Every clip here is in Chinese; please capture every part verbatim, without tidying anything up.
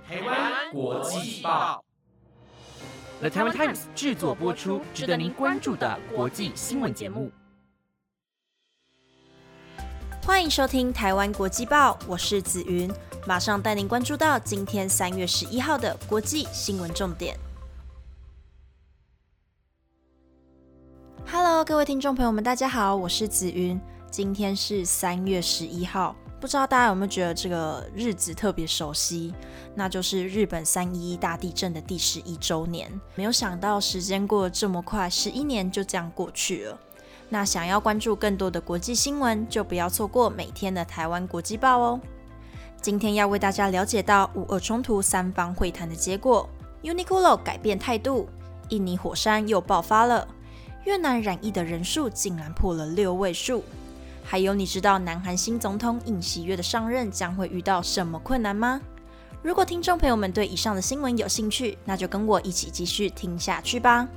台湾国际报 The Taiwan Times 制作播出，值得您关注的国际新闻节目。 欢迎收听台湾国际报，我是子云，马上带您关注到今天三月十一号的国际新闻重点。Hello， 各位听众朋友们，大家好，我是子云。今天是三月十一号，不知道大家有没有觉得这个日子特别熟悉？那就是日本三一一大地震的第十一周年。没有想到时间过得这么快，十一年就这样过去了。那想要关注更多的国际新闻，就不要错过每天的台湾国际报哦。今天要为大家了解到乌俄冲突三方会谈的结果 ，Uniqlo 改变态度，印尼火山又爆发了，越南染疫的人数竟然破了六位数。还有，你知道南韩新总统尹锡悦的上任将会遇到什么困难吗？如果听众朋友们对以上的新闻有兴趣，那就跟我一起继续听下去吧。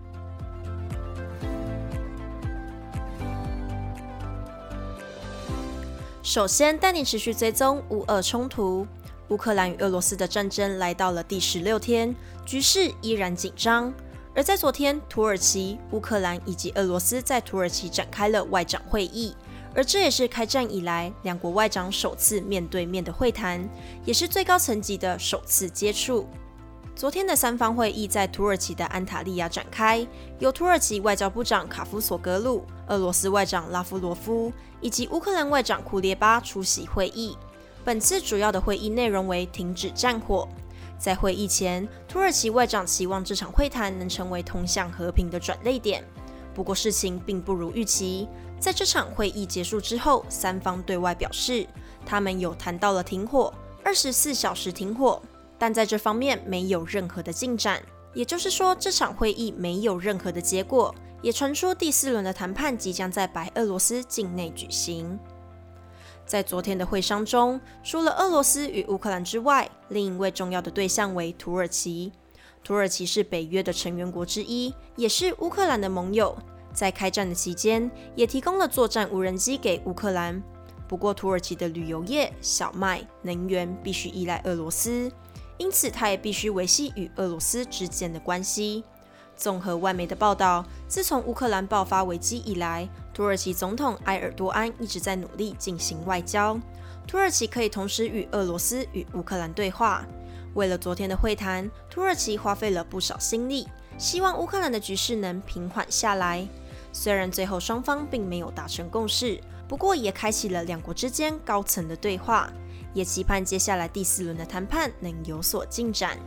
首先，带你持续追踪乌俄冲突。乌克兰与俄罗斯的战争来到了第十六天，局势依然紧张。而在昨天，土耳其、乌克兰以及俄罗斯在土耳其展开了外长会议，而这也是开战以来两国外长首次面对面的会谈，也是最高层级的首次接触。昨天的三方会议在土耳其的安塔利亚展开，由土耳其外交部长卡夫索格鲁、俄罗斯外长拉夫罗夫以及乌克兰外长库列巴出席会议。本次主要的会议内容为停止战火。在会议前，土耳其外长期望这场会谈能成为通向和平的转捩点。不过事情并不如预期，在这场会议结束之后，三方对外表示，他们有谈到了停火，二十四小时停火，但在这方面没有任何的进展。也就是说，这场会议没有任何的结果，也传出第四轮的谈判即将在白俄罗斯境内举行。在昨天的会商中，除了俄罗斯与乌克兰之外，另一位重要的对象为土耳其。土耳其是北约的成员国之一，也是乌克兰的盟友。在开战的期间，也提供了作战无人机给乌克兰。不过，土耳其的旅游业、小麦、能源必须依赖俄罗斯，因此它也必须维系与俄罗斯之间的关系。综合外媒的报道，自从乌克兰爆发危机以来，土耳其总统埃尔多安一直在努力进行外交。土耳其可以同时与俄罗斯与乌克兰对话。为了昨天的会谈，土耳其花费了不少心力，希望乌克兰的局势能平缓下来。虽然最后双方并没有达成共识，不过也开启了两国之间高层的对话，也期盼接下来第四轮的谈判能有所进展。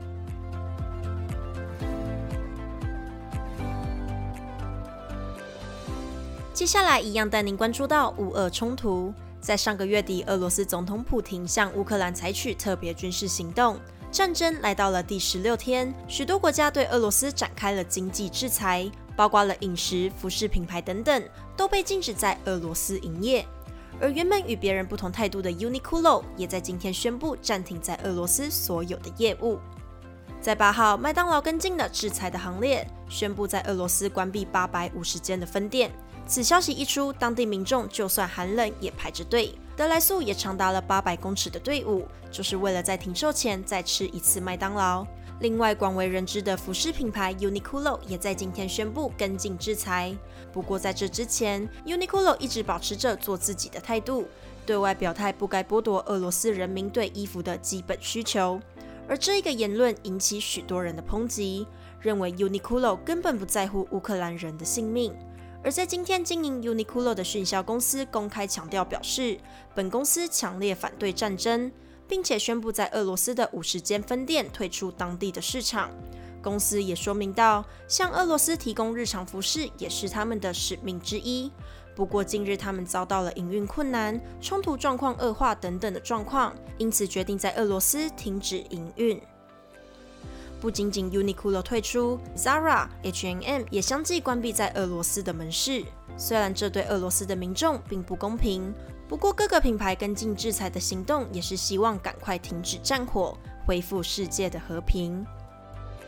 接下来一样带您关注到乌俄冲突。在上个月底，俄罗斯总统普廷向乌克兰采取特别军事行动，战争来到了第十六天，许多国家对俄罗斯展开了经济制裁，包括了饮食、服饰品牌等等，都被禁止在俄罗斯营业。而原本与别人不同态度的 Uniqlo 也在今天宣布暂停在俄罗斯所有的业务。在八号，麦当劳跟进了制裁的行列，宣布在俄罗斯关闭八百五十间的分店。此消息一出，当地民众就算寒冷也排着队，得来速也长达了八百公尺的队伍，就是为了在停售前再吃一次麦当劳。另外，广为人知的服饰品牌 Uniqlo 也在今天宣布跟进制裁。不过在这之前 ，Uniqlo 一直保持着做自己的态度，对外表态不该剥夺俄罗斯人民对衣服的基本需求。而这一个言论引起许多人的抨击，认为 Uniqlo 根本不在乎乌克兰人的性命。而在今天，经营 Uniqlo 的迅销公司公开强调表示，本公司强烈反对战争，并且宣布在俄罗斯的五十间分店退出当地的市场。公司也说明到，向俄罗斯提供日常服饰也是他们的使命之一。不过近日他们遭到了营运困难、冲突状况恶化等等的状况，因此决定在俄罗斯停止营运。不仅仅 Uniqlo 退出 ，Zara、H and M 也相继关闭在俄罗斯的门市。虽然这对俄罗斯的民众并不公平，不过各个品牌跟进制裁的行动也是希望赶快停止战火，恢复世界的和平。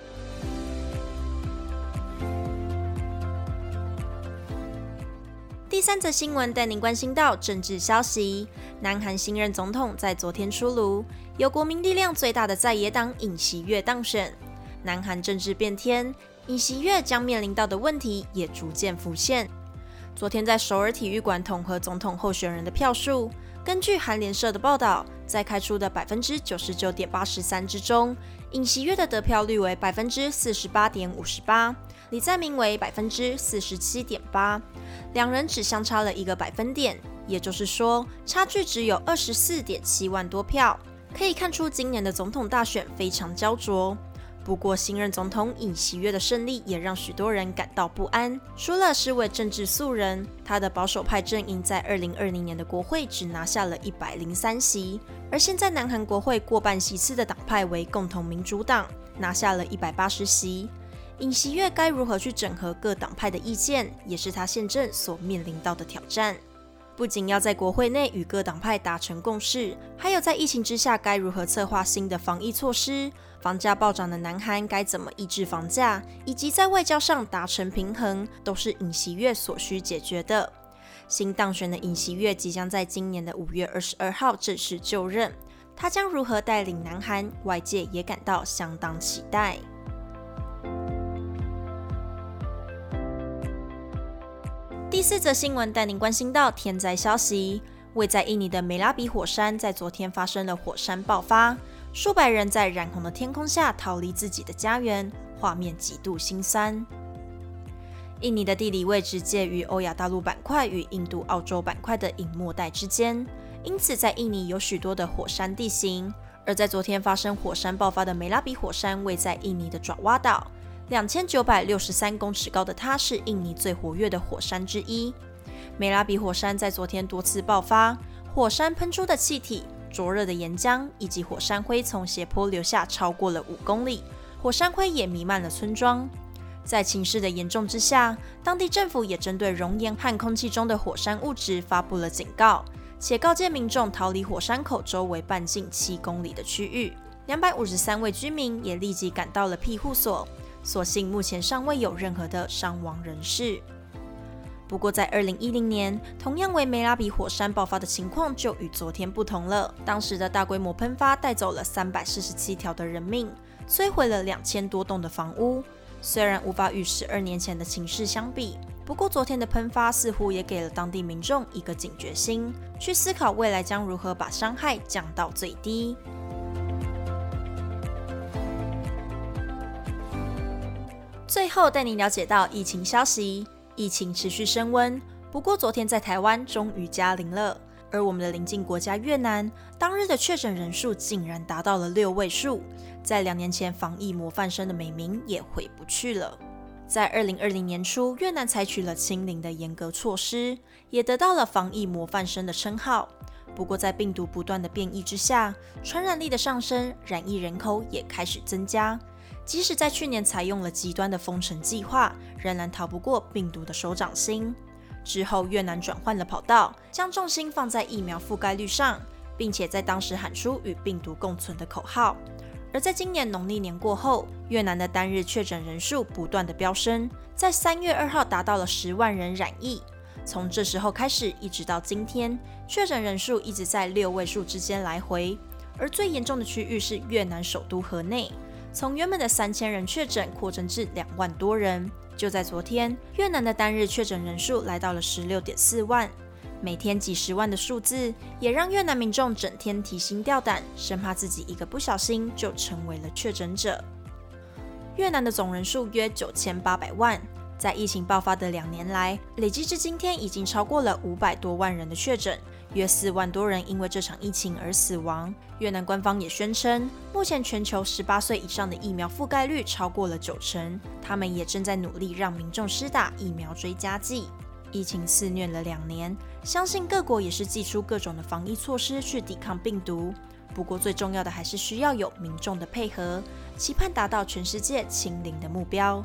第第三则新闻带您关心到政治消息，南韩新任总统在昨天出炉，由国民力量最大的在野党尹锡悦当选。南韩政治变天，尹锡悦将面临到的问题也逐渐浮现。昨天在首尔体育馆统合总统候选人的票数，根据韩联社的报道，在开出的 百分之九十九点八三 之中，尹锡悦的得票率为 百分之四十八点五八， 李在明为 百分之四十七点八， 两人只相差了一个百分点，也就是说差距只有 二十四点七万多票，可以看出今年的总统大选非常焦灼。不过新任总统尹锡悦的胜利也让许多人感到不安，除了是位政治素人，他的保守派阵营在二零二零年的国会只拿下了一百零三席，而现在南韩国会过半席次的党派为共同民主党，拿下了一百八十席。尹锡悦该如何去整合各党派的意见，也是他现政所面临到的挑战。不仅要在国会内与各党派达成共识，还有在疫情之下该如何策划新的防疫措施，房价暴涨的南韩该怎么抑制房价，以及在外交上达成平衡，都是尹锡悦所需解决的。新当选的尹锡悦即将在今年的五月二十二号正式就任，他将如何带领南韩，外界也感到相当期待。第四则新闻带您关心到天灾消息，位在印尼的梅拉比火山在昨天发生了火山爆发，数百人在染红的天空下逃离自己的家园，画面极度心酸。印尼的地理位置介于欧亚大陆板块与印度澳洲板块的隐没带之间，因此在印尼有许多的火山地形。而在昨天发生火山爆发的梅拉比火山位在印尼的爪哇岛，两千九百六十三公尺高的它是印尼最活跃的火山之一。梅拉比火山在昨天多次爆发，火山喷出的气体、灼热的岩浆以及火山灰从斜坡流下超过了五公里，火山灰也弥漫了村庄。在情势的严重之下，当地政府也针对熔岩和空气中的火山物质发布了警告，且告诫民众逃离火山口周围半径七公里的区域。两百五十三位居民也立即赶到了庇护所。所幸目前尚未有任何的伤亡人士。不过在二零一零年，同样为梅拉比火山爆发的情况就与昨天不同了。当时的大规模喷发带走了三百四十七条的人命，摧毁了两千多栋的房屋。虽然无法与十二年前的情势相比，不过昨天的喷发似乎也给了当地民众一个警觉心，去思考未来将如何把伤害降到最低。最后带您了解到疫情消息，疫情持续升温，不过昨天在台湾终于加零了，而我们的邻近国家越南，当日的确诊人数竟然达到了六位数，在两年前防疫模范生的美名也回不去了。在二零二零年初，越南采取了清零的严格措施，也得到了防疫模范生的称号。不过在病毒不断的变异之下，传染力的上升，染疫人口也开始增加。即使在去年采用了极端的封城计划，仍然逃不过病毒的手掌心。之后，越南转换了跑道，将重心放在疫苗覆盖率上，并且在当时喊出与病毒共存的口号。而在今年农历年过后，越南的单日确诊人数不断的飙升，在三月二号达到了十万人染疫。从这时候开始，一直到今天，确诊人数一直在六位数之间来回。而最严重的区域是越南首都河内。从原本的三千人确诊扩增至两万多人。就在昨天，越南的单日确诊人数来到了 十六点四万，每天几十万的数字，也让越南民众整天提心吊胆，生怕自己一个不小心就成为了确诊者。越南的总人数约九千八百万，在疫情爆发的两年来，累计至今天已经超过了五百多万人的确诊，约四万多人因为这场疫情而死亡。越南官方也宣称，目前全球十八岁以上的疫苗覆盖率超过了九成，他们也正在努力让民众施打疫苗追加剂。疫情肆虐了两年，相信各国也是祭出各种的防疫措施去抵抗病毒。不过最重要的还是需要有民众的配合，期盼达到全世界清零的目标。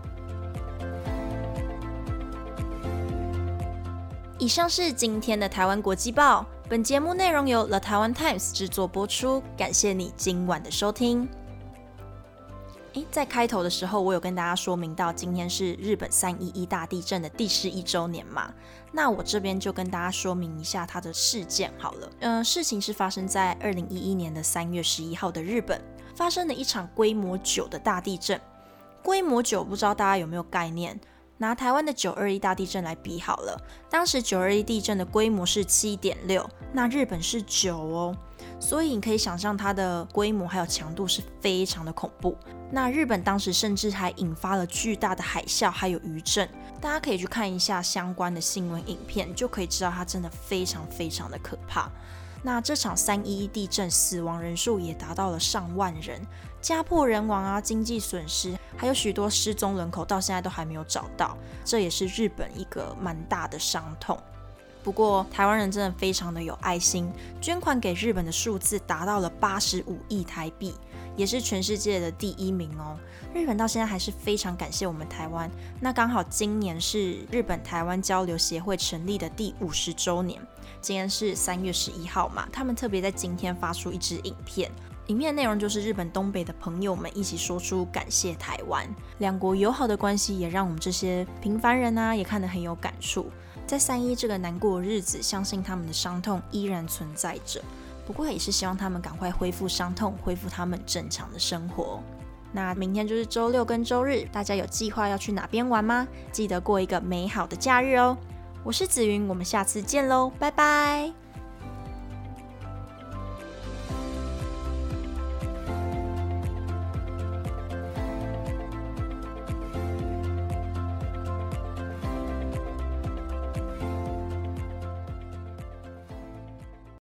以上是今天的台湾国际报，本节目内容由 The Taiwan Times 制作播出，感谢你今晚的收听。 诶，在开头的时候，我有跟大家说明到，今天是日本三一一大地震的第十一周年嘛。那我这边就跟大家说明一下它的事件好了。呃，事情是发生在二零一一年的三月十一号的日本，发生了一场规模九的大地震。规模九，不知道大家有没有概念？拿台湾的九二一大地震来比好了，当时九二一地震的规模是 七点六， 那日本是九哦。所以你可以想象它的规模还有强度是非常的恐怖。那日本当时甚至还引发了巨大的海啸还有余震，大家可以去看一下相关的新闻影片，就可以知道它真的非常非常的可怕。那这场三一一地震死亡人数也达到了上万人，家破人亡啊，经济损失，还有许多失踪人口到现在都还没有找到，这也是日本一个蛮大的伤痛。不过台湾人真的非常的有爱心，捐款给日本的数字达到了八十五亿台币，也是全世界的第一名哦。日本到现在还是非常感谢我们台湾。那刚好今年是日本台湾交流协会成立的第五十周年，今天是三月十一号嘛，他们特别在今天发出一支影片，影片的内容就是日本东北的朋友们一起说出感谢台湾，两国友好的关系也让我们这些平凡人啊也看得很有感触。在三一这个难过的日子，相信他们的伤痛依然存在着，不过也是希望他们赶快恢复伤痛，恢复他们正常的生活。那明天就是周六跟周日，大家有计划要去哪边玩吗？记得过一个美好的假日哦。我是子云，我们下次见喽，拜拜。